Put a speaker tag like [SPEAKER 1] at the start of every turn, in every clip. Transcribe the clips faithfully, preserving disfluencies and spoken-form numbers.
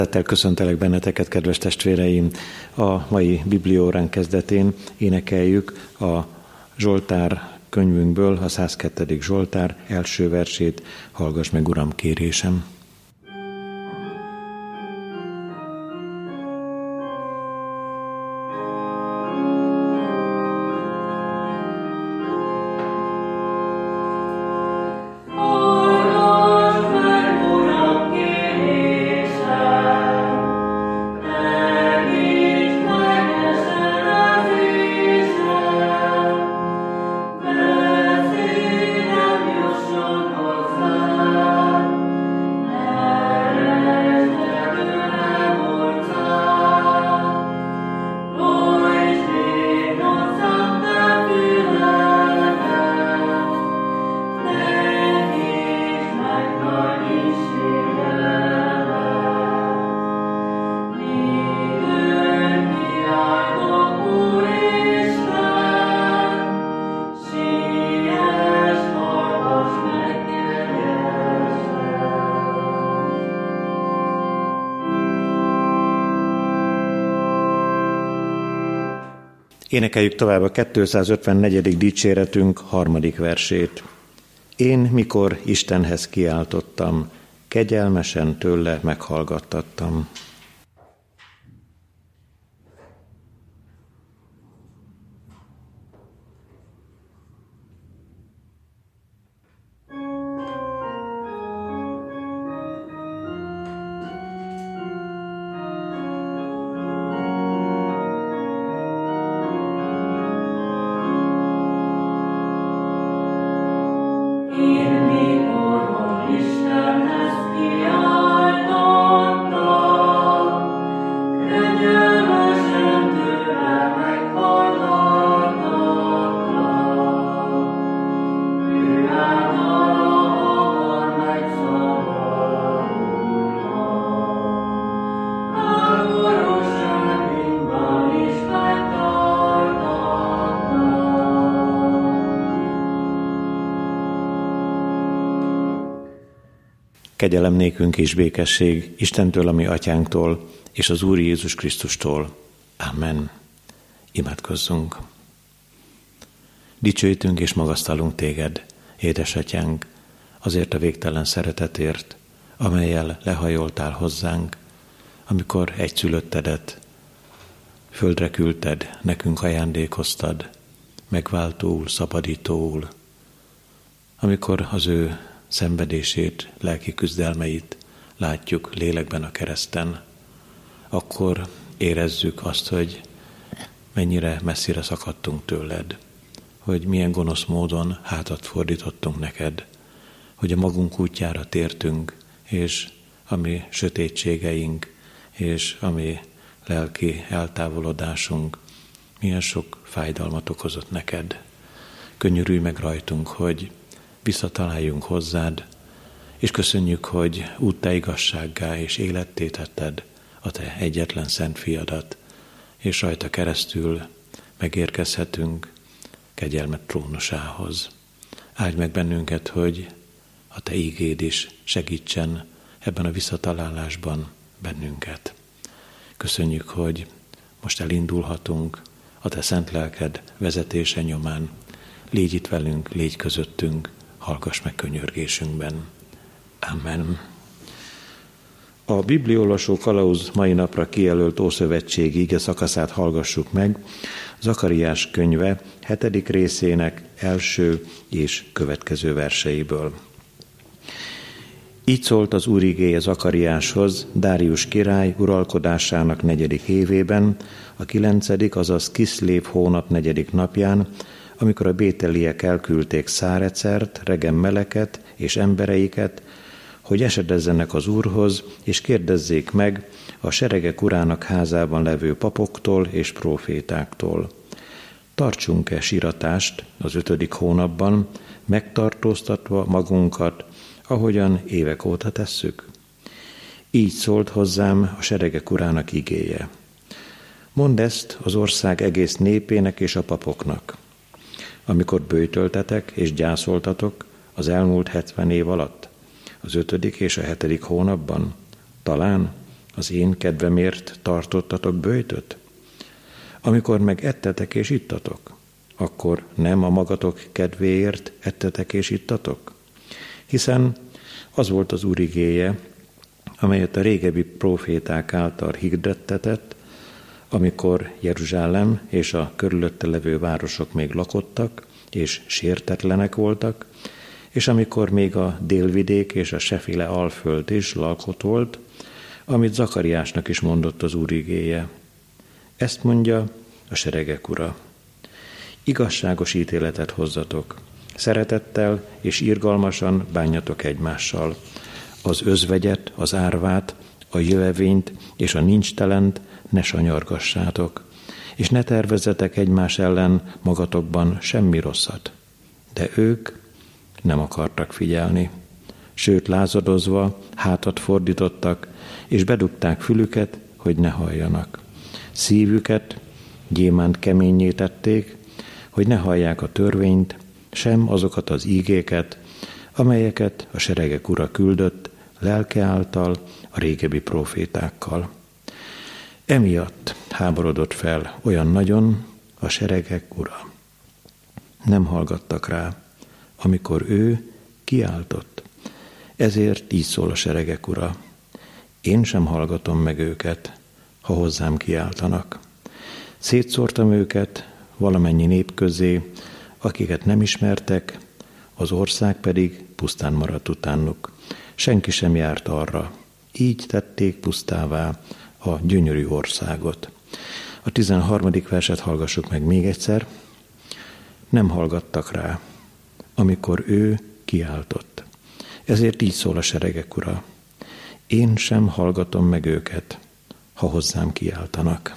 [SPEAKER 1] Szeretettel köszöntelek benneteket, kedves testvéreim! A mai bibliórán kezdetén énekeljük a Zsoltár könyvünkből, a százkettő. Zsoltár első versét. Hallgass meg, Uram, kérésem! Énekeljük tovább a kétszázötvennegyedik dicséretünk harmadik versét. Én, mikor Istenhez kiáltottam, kegyelmesen tőle meghallgattattam. Kegyelem nékünk és békesség Istentől, a mi atyánktól, és az Úr Jézus Krisztustól. Amen. Imádkozzunk. Dicsőítünk és magasztalunk téged, édesatyánk, azért a végtelen szeretetért, amellyel lehajoltál hozzánk, amikor egyszülöttedet földre küldted, nekünk ajándékoztad, megváltóul, szabadítóul, amikor az ő szenvedését, lelki küzdelmeit látjuk lélekben a kereszten, akkor érezzük azt, hogy mennyire messzire szakadtunk tőled, hogy milyen gonosz módon hátat fordítottunk neked, hogy a magunk útjára tértünk, és a mi sötétségeink, és a mi lelki eltávolodásunk milyen sok fájdalmat okozott neked. Könyörülj meg rajtunk, hogy visszataláljunk hozzád, és köszönjük, hogy úttá igazsággá és életté tetted a te egyetlen szent fiadat, és rajta keresztül megérkezhetünk kegyelmed trónusához. Áldj meg bennünket, hogy a te ígéd is segítsen ebben a visszatalálásban bennünket. Köszönjük, hogy most elindulhatunk a te szent lelked vezetése nyomán. Légy itt velünk, légy közöttünk, hallgass meg könyörgésünkben. Amen. A bibliolvasó kalauz mai napra kijelölt ószövetségi ige szakaszát hallgassuk meg, Zakariás könyve hetedik részének első és következő verseiből. Így szólt az Úr igéje Zakariáshoz Dárius király uralkodásának negyedik évében, a kilencedik, azaz Kiszlév hónap negyedik napján, amikor a bételiek elküldték Szárecert, Regem Meleket és embereiket, hogy esedezzenek az Úrhoz, és kérdezzék meg a seregek urának házában levő papoktól és prófétáktól. Tartsunk-e síratást az ötödik hónapban, megtartóztatva magunkat, ahogyan évek óta tesszük? Így szólt hozzám a seregek urának igéje. Mondd ezt az ország egész népének és a papoknak. Amikor böjtöltetek és gyászoltatok az elmúlt hetven év alatt, az ötödik és a hetedik hónapban, talán az én kedvemért tartottatok böjtöt? Amikor meg ettetek és ittatok, akkor nem a magatok kedvéért ettetek és ittatok? Hiszen az volt az Úr igéje, amelyet a régebbi próféták által hirdettetett, amikor Jeruzsálem és a körülötte levő városok még lakottak, és sértetlenek voltak, és amikor még a délvidék és a seféle alföld is lakott volt, amit Zakariásnak is mondott az Úr igéje. Ezt mondja a seregek Ura. Igazságos ítéletet hozzatok, szeretettel és irgalmasan bánjatok egymással. Az özvegyet, az árvát, a jövevényt és a nincstelent ne sanyargassátok, és ne tervezzetek egymás ellen magatokban semmi rosszat. De ők nem akartak figyelni, sőt lázadozva hátat fordítottak, és bedugták fülüket, hogy ne halljanak. Szívüket gyémánt keményé tették, hogy ne hallják a törvényt, sem azokat az ígéket, amelyeket a seregek Ura küldött lelke által a régebbi prófétákkal. Emiatt háborodott fel olyan nagyon a seregek Ura. Nem hallgattak rá, amikor ő kiáltott. Ezért így szól a seregek Ura. Én sem hallgatom meg őket, ha hozzám kiáltanak. Szétszórtam őket valamennyi nép közé, akiket nem ismertek, az ország pedig pusztán maradt utánuk. Senki sem járt arra. Így tették pusztává a gyönyörű országot. A tizenharmadik verset hallgassuk meg még egyszer. Nem hallgattak rá, amikor ő kiáltott. Ezért így szól a seregek Ura. Én sem hallgatom meg őket, ha hozzám kiáltanak.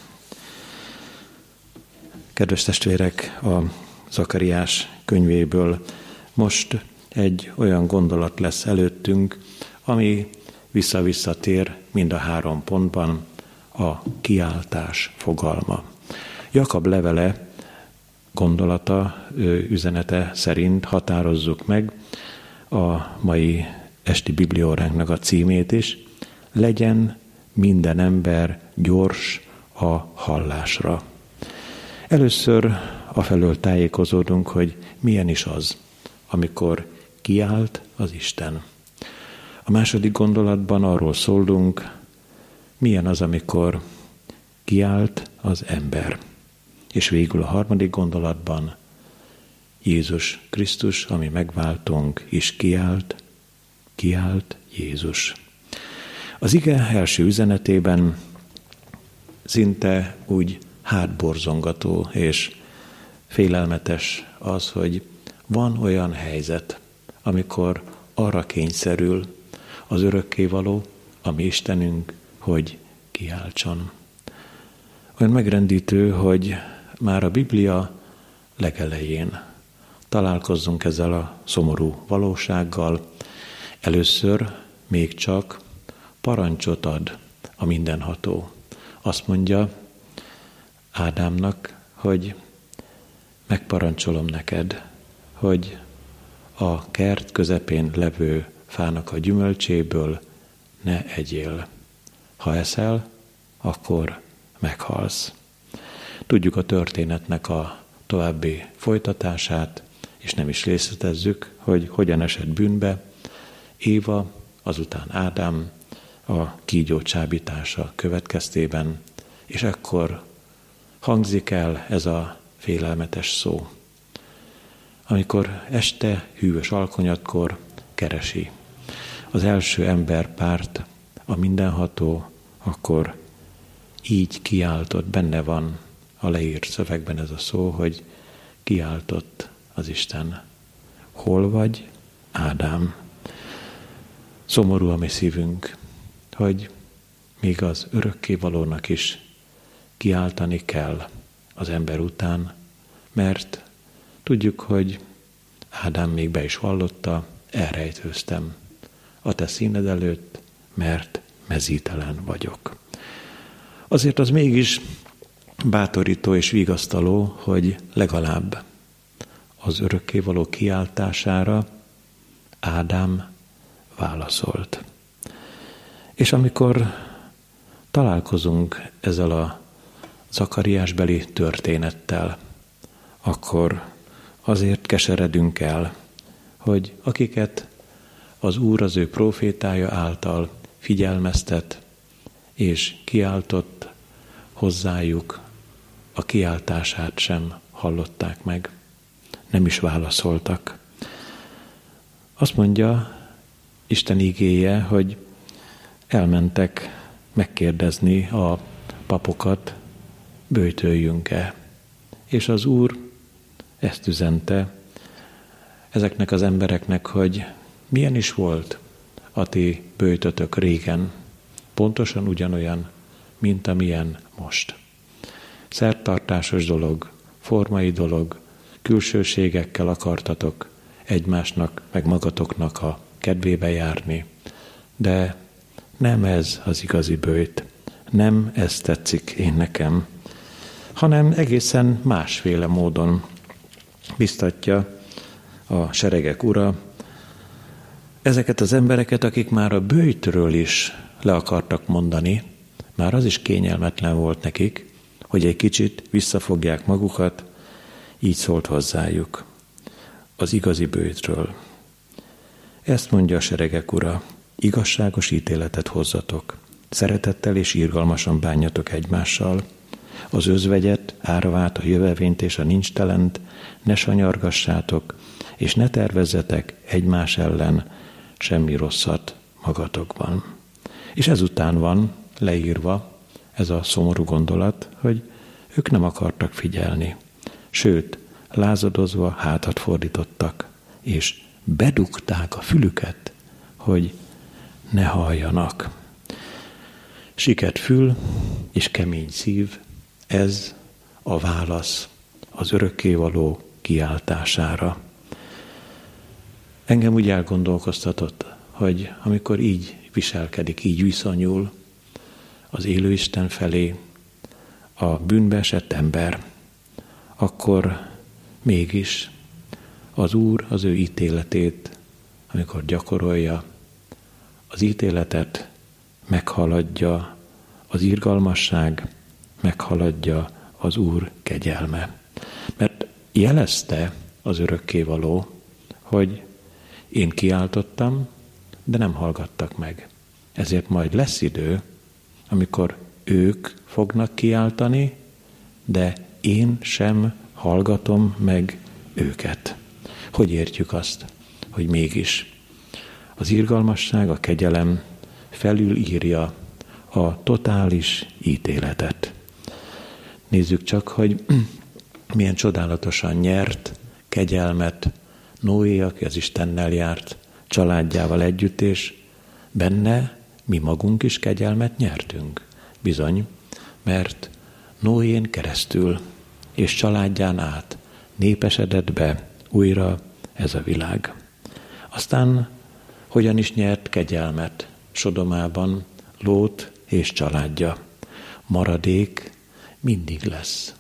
[SPEAKER 1] Kedves testvérek, a Zakariás könyvéből most egy olyan gondolat lesz előttünk, ami vissza-visszatér mind a három pontban, a kiáltás fogalma. Jakab levele gondolata, üzenete szerint határozzuk meg a mai esti biblióránknak a címét is. Legyen minden ember gyors a hallásra. Először afelől tájékozódunk, hogy milyen is az, amikor kiált az Isten. A második gondolatban arról szólunk, milyen az, amikor kiált az ember. És végül a harmadik gondolatban Jézus Krisztus, ami megváltunk, is kiált, kiált Jézus. Az ige első üzenetében szinte úgy hátborzongató és félelmetes az, hogy van olyan helyzet, amikor arra kényszerül az örökkévaló, a mi Istenünk, hogy kiáltson. Olyan megrendítő, hogy már a Biblia legelején találkozzunk ezzel a szomorú valósággal. Először még csak parancsot ad a mindenható. Azt mondja Ádámnak, hogy megparancsolom neked, hogy a kert közepén levő fának a gyümölcséből ne egyél. Ha eszel, akkor meghalsz. Tudjuk a történetnek a további folytatását, és nem is részletezzük, hogy hogyan esett bűnbe Éva, azután Ádám a kígyó csábítása következtében, és akkor hangzik el ez a félelmetes szó. Amikor este hűvös alkonyatkor keresi az első emberpárt, a mindenható, akkor így kiáltott, benne van a leírt szövegben ez a szó, hogy kiáltott az Isten. Hol vagy, Ádám? Szomorú a mi szívünk, hogy még az örökkévalónak is kiáltani kell az ember után, mert tudjuk, hogy Ádám még be is vallotta, elrejtőztem a te színed előtt, mert mezítelen vagyok. Azért az mégis bátorító és vigasztaló, hogy legalább az örökkévaló kiáltására Ádám válaszolt. És amikor találkozunk ezzel a Zakariásbeli történettel, akkor azért keseredünk el, hogy akiket az Úr az ő prófétája által figyelmeztet és kiáltott, hozzájuk a kiáltását sem hallották meg, nem is válaszoltak. Azt mondja Isten igéje, hogy elmentek megkérdezni a papokat, böjtöljünk-e. És az Úr ezt üzente ezeknek az embereknek, hogy milyen is volt a ti böjtötök régen, pontosan ugyanolyan, mint amilyen most. Szertartásos dolog, formai dolog, külsőségekkel akartatok egymásnak, meg magatoknak a kedvébe járni, de nem ez az igazi böjt, nem ez tetszik én nekem, hanem egészen másféle módon biztatja a seregek ura ezeket az embereket, akik már a böjtről is le akartak mondani, már az is kényelmetlen volt nekik, hogy egy kicsit visszafogják magukat, így szólt hozzájuk az igazi böjtről. Ezt mondja a seregek ura, igazságos ítéletet hozzatok, szeretettel és irgalmasan bánjatok egymással, az özvegyet, áravát, a jövevényt és a nincstelent ne sanyargassátok, és ne tervezzetek egymás ellen semmi rosszat magatokban. És ezután van leírva ez a szomorú gondolat, hogy ők nem akartak figyelni. Sőt, lázadozva hátat fordítottak, és bedugták a fülüket, hogy ne halljanak. Siket fül és kemény szív, ez a válasz az örökkévaló kiáltására. Engem úgy elgondolkoztatott, hogy amikor így viselkedik, így viszonyul az élő Isten felé a bűnbe esett ember, akkor mégis az Úr az ő ítéletét, amikor gyakorolja, az ítéletet meghaladja az irgalmasság, meghaladja az Úr kegyelme. Mert jelezte az örökkévaló, hogy én kiáltottam, de nem hallgattak meg. Ezért majd lesz idő, amikor ők fognak kiáltani, de én sem hallgatom meg őket. Hogy értjük azt, hogy mégis az irgalmasság, a kegyelem felülírja a totális ítéletet. Nézzük csak, hogy milyen csodálatosan nyert kegyelmet Noé, aki az Istennel járt, családjával együtt, és benne mi magunk is kegyelmet nyertünk. Bizony, mert Noén keresztül és családján át népesedett be újra ez a világ. Aztán hogyan is nyert kegyelmet Sodomában Lót és családja. Maradék mindig lesz.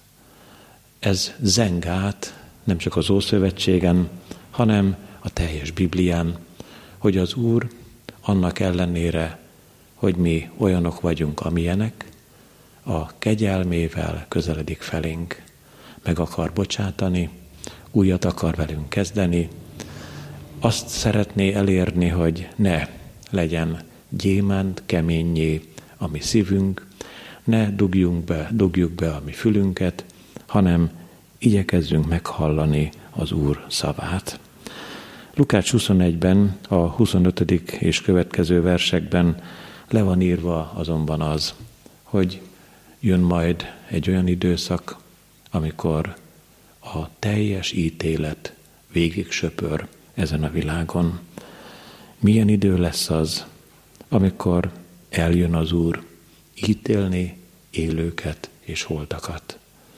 [SPEAKER 1] Ez zeng át nem csak az Ószövetségen, hanem a teljes Biblián, hogy az Úr annak ellenére, hogy mi olyanok vagyunk, amilyenek, a kegyelmével közeledik felénk, meg akar bocsátani, újat akar velünk kezdeni, azt szeretné elérni, hogy ne legyen gyémánt, keményé a mi szívünk, ne dugjunk be, dugjuk be a mi fülünket, hanem igyekezzünk meghallani az Úr szavát. Lukács huszonegyben, a huszonötödik és következő versekben le van írva azonban az, hogy jön majd egy olyan időszak, amikor a teljes ítélet végig söpör ezen a világon. Milyen idő lesz az, amikor eljön az Úr ítélni élőket és holtakat.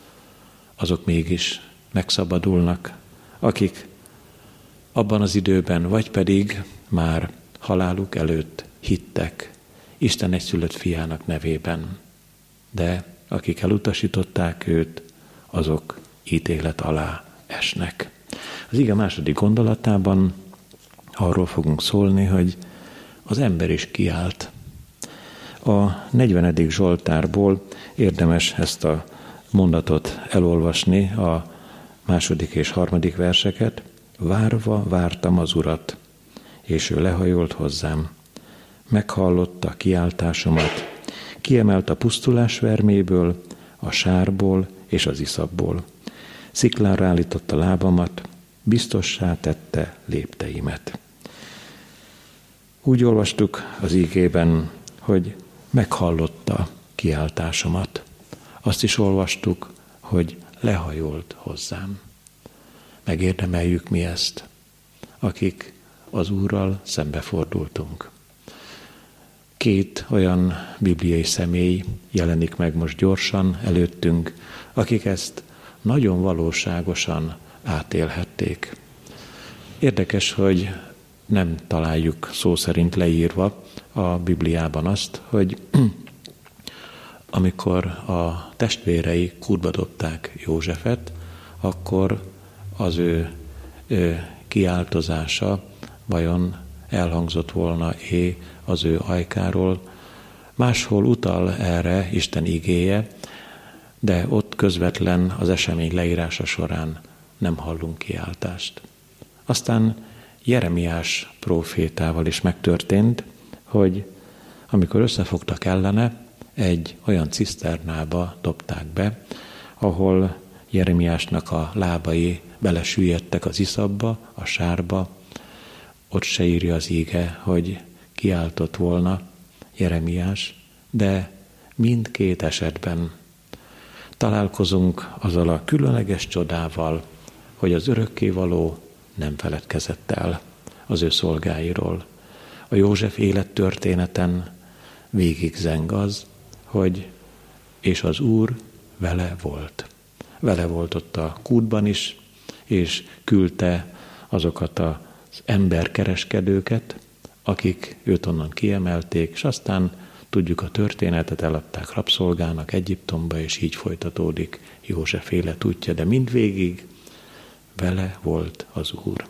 [SPEAKER 1] Azok mégis megszabadulnak, akik abban az időben, vagy pedig már haláluk előtt hittek Isten egyszülött fiának nevében. De akik elutasították őt, azok ítélet alá esnek. Az ige második gondolatában arról fogunk szólni, hogy az ember is kiált. A negyvenedik Zsoltárból érdemes ezt a mondatot elolvasni, a második és harmadik verseket. Várva vártam az Urat, és ő lehajolt hozzám. Meghallotta kiáltásomat, kiemelt a pusztulás verméből, a sárból és az iszapból. Sziklára állította lábamat, biztossá tette lépteimet. Úgy olvastuk az ígében, hogy meghallotta kiáltásomat. Azt is olvastuk, hogy lehajolt hozzám. Megérdemeljük mi ezt, akik az Úrral szembefordultunk. Két olyan bibliai személy jelenik meg most gyorsan előttünk, akik ezt nagyon valóságosan átélhették. Érdekes, hogy nem találjuk szó szerint leírva a Bibliában azt, hogy amikor a testvérei kútba dobták Józsefet, akkor az ő, ő kiáltozása vajon elhangzott volna-é az ő ajkáról. Máshol utal erre Isten igéje, de ott közvetlen az esemény leírása során nem hallunk kiáltást. Aztán Jeremiás prófétával is megtörtént, hogy amikor összefogtak ellene, egy olyan ciszternába dobták be, ahol Jeremiásnak a lábai belesüllyedtek az iszapba, a sárba. Ott se írja az íge, hogy kiáltott volna Jeremiás, de mindkét esetben találkozunk azzal a különleges csodával, hogy az örökkévaló nem feledkezett el az ő szolgáiról. A József élettörténeten végig zeng az, hogy és az Úr vele volt. Vele volt ott a kútban is, és küldte azokat az emberkereskedőket, akik őt onnan kiemelték, és aztán tudjuk a történetet, eladták rabszolgának Egyiptomba, és így folytatódik József életútja, de mindvégig vele volt az Úr.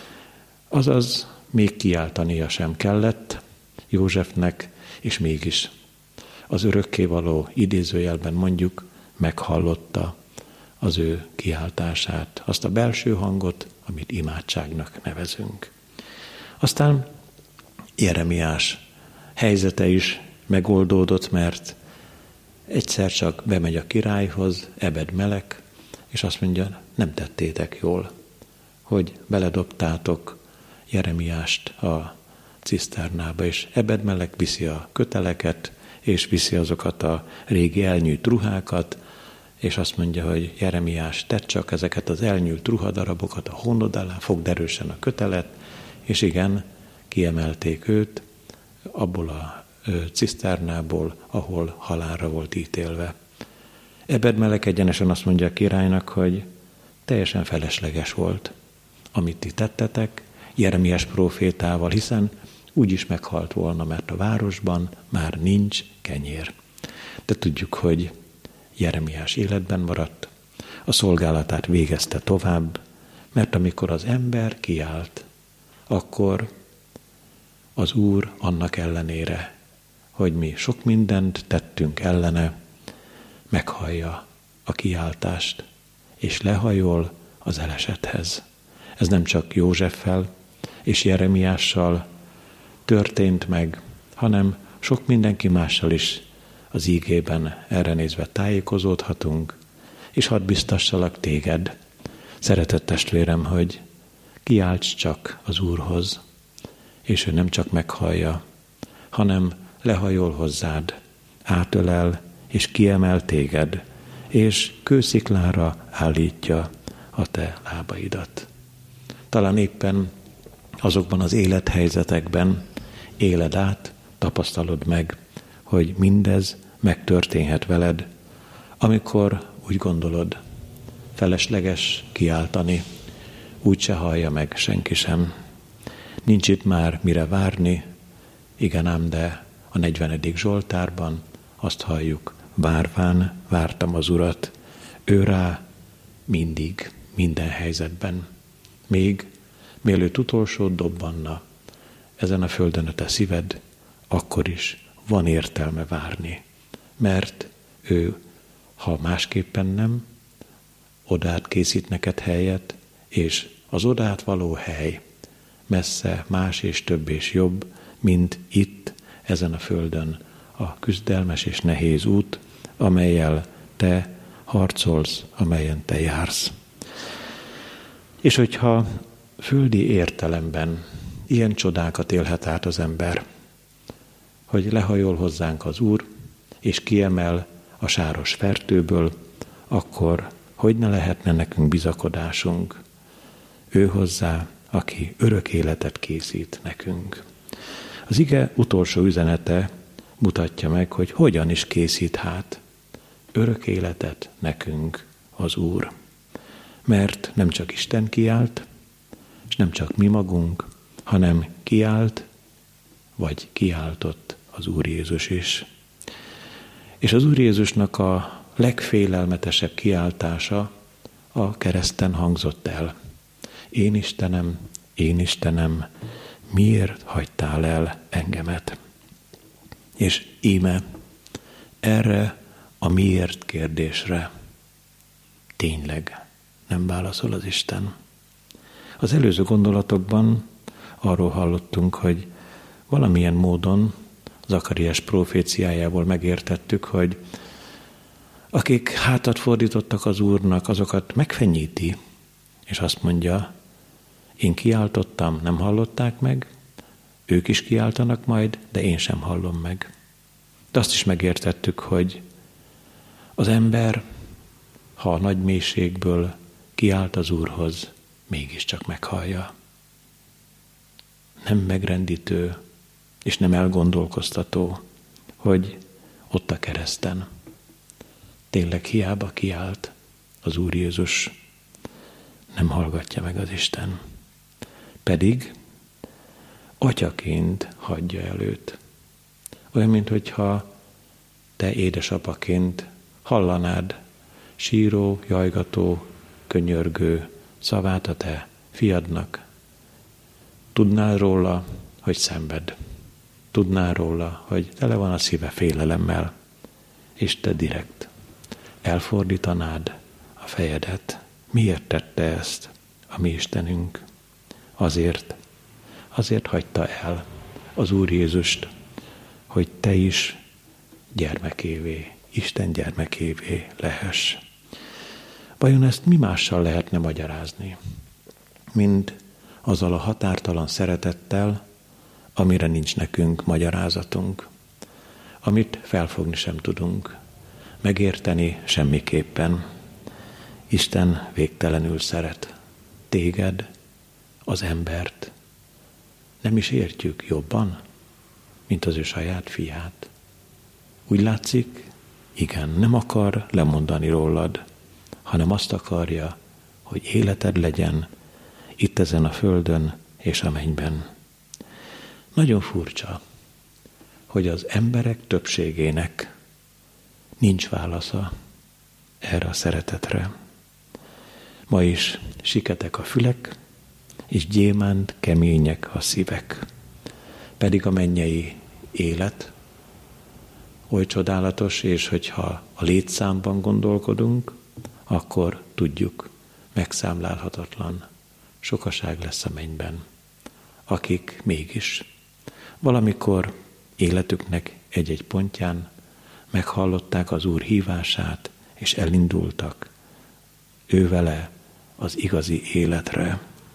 [SPEAKER 1] Azaz még kiáltania sem kellett Józsefnek, és mégis az örökkévaló, idézőjelben mondjuk, meghallotta az ő kiáltását, azt a belső hangot, amit imádságnak nevezünk. Aztán Jeremiás helyzete is megoldódott, mert egyszer csak bemegy a királyhoz, Ebed-melek, és azt mondja, nem tettétek jól, hogy beledobtátok Jeremiást a ciszternába, és Ebed-melek viszi a köteleket, és viszi azokat a régi elnyűjt ruhákat, és azt mondja, hogy Jeremiás, tedd csak ezeket az elnyűlt ruhadarabokat a hónod alá, fogd erősen a kötelet, és igen, kiemelték őt abból a ciszternából, ahol halálra volt ítélve. Ebed-melek egyenesen azt mondja a királynak, hogy teljesen felesleges volt, amit ti tettetek Jeremiás prófétával, hiszen úgy is meghalt volna, mert a városban már nincs kenyér. De tudjuk, hogy Jeremiás életben maradt, a szolgálatát végezte tovább, mert amikor az ember kiált, akkor az Úr annak ellenére, hogy mi sok mindent tettünk ellene, meghallja a kiáltást, és lehajol az elesethez. Ez nem csak Józseffel és Jeremiással történt meg, hanem sok mindenki mással is az ígében erre nézve tájékozódhatunk, és hadd biztassalak téged, szeretett testvérem, hogy kiálts csak az Úrhoz, és ő nem csak meghallja, hanem lehajol hozzád, átölel és kiemel téged, és kősziklára állítja a te lábaidat. Talán éppen azokban az élethelyzetekben éled át, tapasztalod meg, hogy mindez megtörténhet veled, amikor úgy gondolod, felesleges kiáltani, úgyse hallja meg senki sem. Nincs itt már mire várni, igen ám, de a negyvenedik Zsoltárban azt halljuk, várván vártam az Urat, ő rá mindig, minden helyzetben. Még mielőtt utolsó dobbanna ezen a földön a te szíved, akkor is van értelme várni, mert ő, ha másképpen nem, odát készít neked helyet, és az odát való hely messze más és több és jobb, mint itt, ezen a földön a küzdelmes és nehéz út, amellyel te harcolsz, amelyen te jársz. És hogyha földi értelemben ilyen csodákat élhet át az ember, hogy lehajol hozzánk az Úr, és kiemel a sáros fertőből, akkor hogy ne lehetne nekünk bizakodásunk ő hozzá, aki örök életet készít nekünk. Az ige utolsó üzenete mutatja meg, hogy hogyan is készít hát örök életet nekünk az Úr. Mert nem csak Isten kiált, és nem csak mi magunk, hanem kiált, vagy kiáltott az Úr Jézus is. És az Úr Jézusnak a legfélelmetesebb kiáltása a kereszten hangzott el. Én Istenem, én Istenem, miért hagytál el engemet? És íme erre a miért kérdésre tényleg nem válaszol az Isten. Az előző gondolatokban arról hallottunk, hogy valamilyen módon Zakariás proféciájából megértettük, hogy akik hátat fordítottak az Úrnak, azokat megfenyíti, és azt mondja, én kiáltottam, nem hallották meg, ők is kiáltanak majd, de én sem hallom meg. De azt is megértettük, hogy az ember, ha a nagy mélységből kiált az Úrhoz, mégiscsak meghallja. Nem megrendítő, és nem elgondolkoztató, hogy ott a kereszten tényleg hiába kiált az Úr Jézus, nem hallgatja meg az Isten. Pedig atyaként hagyja el őt. Olyan, minthogyha te édesapaként hallanád síró, jajgató, könyörgő szavát a te fiadnak. Tudnál róla, hogy szenved. Tudnál róla, hogy tele van a szíve félelemmel, és te direkt elfordítanád a fejedet. Miért tette ezt a mi Istenünk? Azért, azért hagyta el az Úr Jézust, hogy te is gyermekévé, Isten gyermekévé lehess. Vajon ezt mi mással lehetne magyarázni, mint azzal a határtalan szeretettel, amire nincs nekünk magyarázatunk, amit felfogni sem tudunk, megérteni semmiképpen. Isten végtelenül szeret téged, az embert. Nem is értjük jobban, mint az ő saját fiát. Úgy látszik, igen, nem akar lemondani rólad, hanem azt akarja, hogy életed legyen itt ezen a földön és a mennyben. Nagyon furcsa, hogy az emberek többségének nincs válasza erre a szeretetre. Ma is siketek a fülek, és gyémánt kemények a szívek. Pedig a mennyei élet oly csodálatos, és hogyha a létszámban gondolkodunk, akkor tudjuk, megszámlálhatatlan sokaság lesz a mennyben, akik mégis valamikor életüknek egy-egy pontján meghallották az Úr hívását, és elindultak ő vele az igazi életre.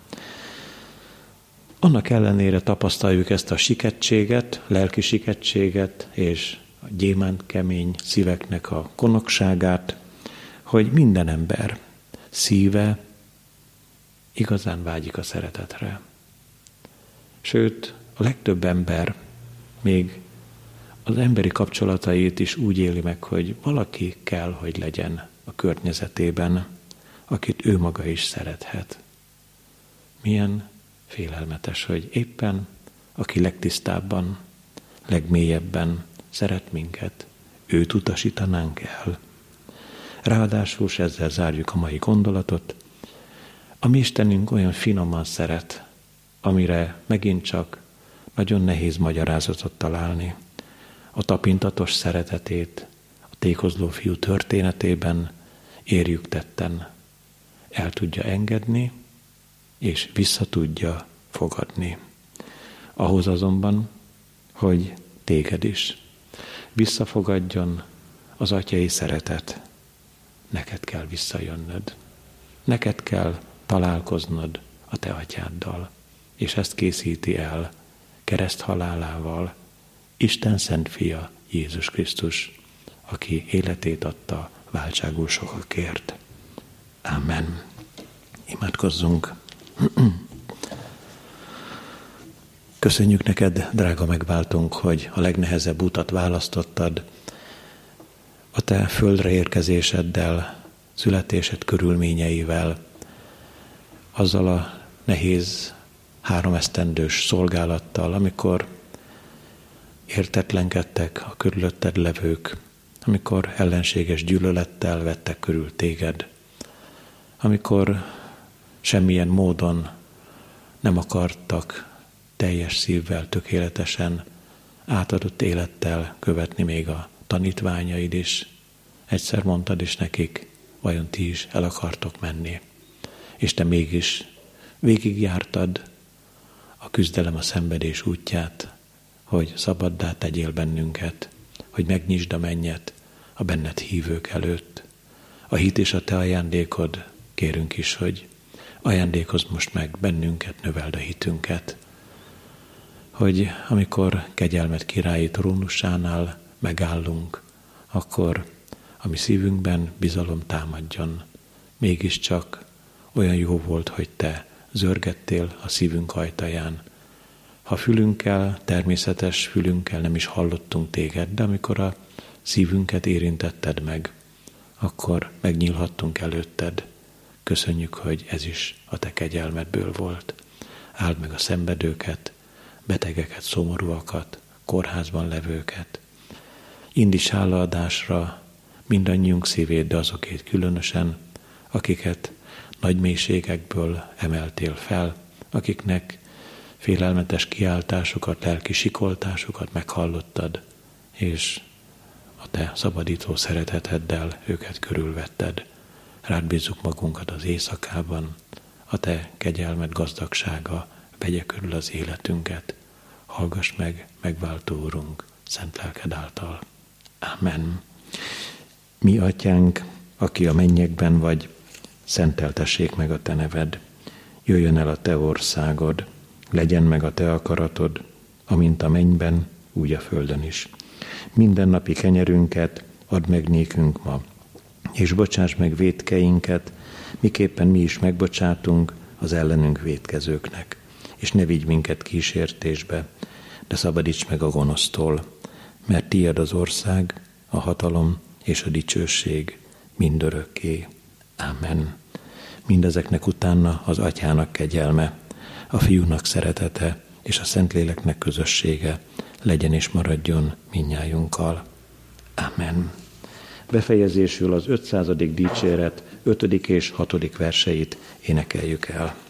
[SPEAKER 1] Annak ellenére tapasztaljuk ezt a sikettséget, lelki sikettséget, és a gyémánt kemény szíveknek a konokságát, hogy minden ember szíve igazán vágyik a szeretetre. Sőt, a legtöbb ember még az emberi kapcsolatait is úgy éli meg, hogy valaki kell, hogy legyen a környezetében, akit ő maga is szerethet. Milyen félelmetes, hogy éppen aki legtisztábban, legmélyebben szeret minket, őt utasítanánk el. Ráadásul, és ezzel zárjuk a mai gondolatot, a mi Istenünk olyan finoman szeret, amire megint csak nagyon nehéz magyarázatot találni. a tapintatos szeretetét a tékozló fiú történetében érjük tetten. El tudja engedni, és vissza tudja fogadni. Ahhoz azonban, hogy téged is visszafogadjon az atyai szeretet, neked kell visszajönnöd. Neked kell találkoznod a te atyáddal, és ezt készíti el kereszt halálával Isten szent fia, Jézus Krisztus, aki életét adta váltságul sokakért. Amen. Imádkozzunk. Köszönjük neked, drága megváltónk, hogy a legnehezebb utat választottad. A te földre érkezéseddel, születésed körülményeivel, azzal a nehéz három esztendős szolgálattal, amikor értetlenkedtek a körülötted levők, amikor ellenséges gyűlölettel vettek körül téged, amikor semmilyen módon nem akartak teljes szívvel, tökéletesen, átadott élettel követni még a tanítványaid is. Egyszer mondtad is nekik, vajon ti is el akartok menni. És te mégis végigjártad a küzdelem, a szenvedés útját, hogy szabaddá tegyél bennünket, hogy megnyisd a mennyet a benned hívők előtt. A hit és a te ajándékod, kérünk is, hogy ajándékozz most meg bennünket, növeld a hitünket, hogy amikor kegyelmed királyi trónusánál megállunk, akkor a mi szívünkben bizalom támadjon. Mégiscsak olyan jó volt, hogy te zörgettél a szívünk ajtaján. Ha fülünkkel, természetes fülünkkel nem is hallottunk téged, de amikor a szívünket érintetted meg, akkor megnyílhattunk előtted. Köszönjük, hogy ez is a te kegyelmedből volt. Áld meg a szenvedőket, betegeket, szomorúakat, kórházban levőket. Indíts hálaadásra mindannyiunk szívét, de azokét különösen, akiket nagy mélységekből emeltél fel, akiknek félelmetes kiáltásokat, lelki sikoltásokat meghallottad, és a te szabadító szereteteddel őket körülvetted. Rád bízzuk magunkat az éjszakában, a te kegyelmed gazdagsága vegye körül az életünket. Hallgass meg, megváltó Urunk, szent lelked által. Amen. Mi atyánk, aki a mennyekben vagy, szenteltessék meg a te neved. Jöjjön el a te országod, legyen meg a te akaratod, amint a mennyben, úgy a földön is. Mindennapi kenyerünket add meg nékünk ma, és bocsáss meg vétkeinket, miképpen mi is megbocsátunk az ellenünk vétkezőknek. És ne vigy minket kísértésbe, de szabadíts meg a gonosztól, mert tiéd az ország, a hatalom és a dicsőség mindörökké. Amen. Mindezeknek utána az Atyának kegyelme, a Fiúnak szeretete és a Szentléleknek közössége legyen és maradjon mindnyájunkkal. Amen. Befejezésül az ötszázadik dicséret ötödik és hatodik verseit énekeljük el.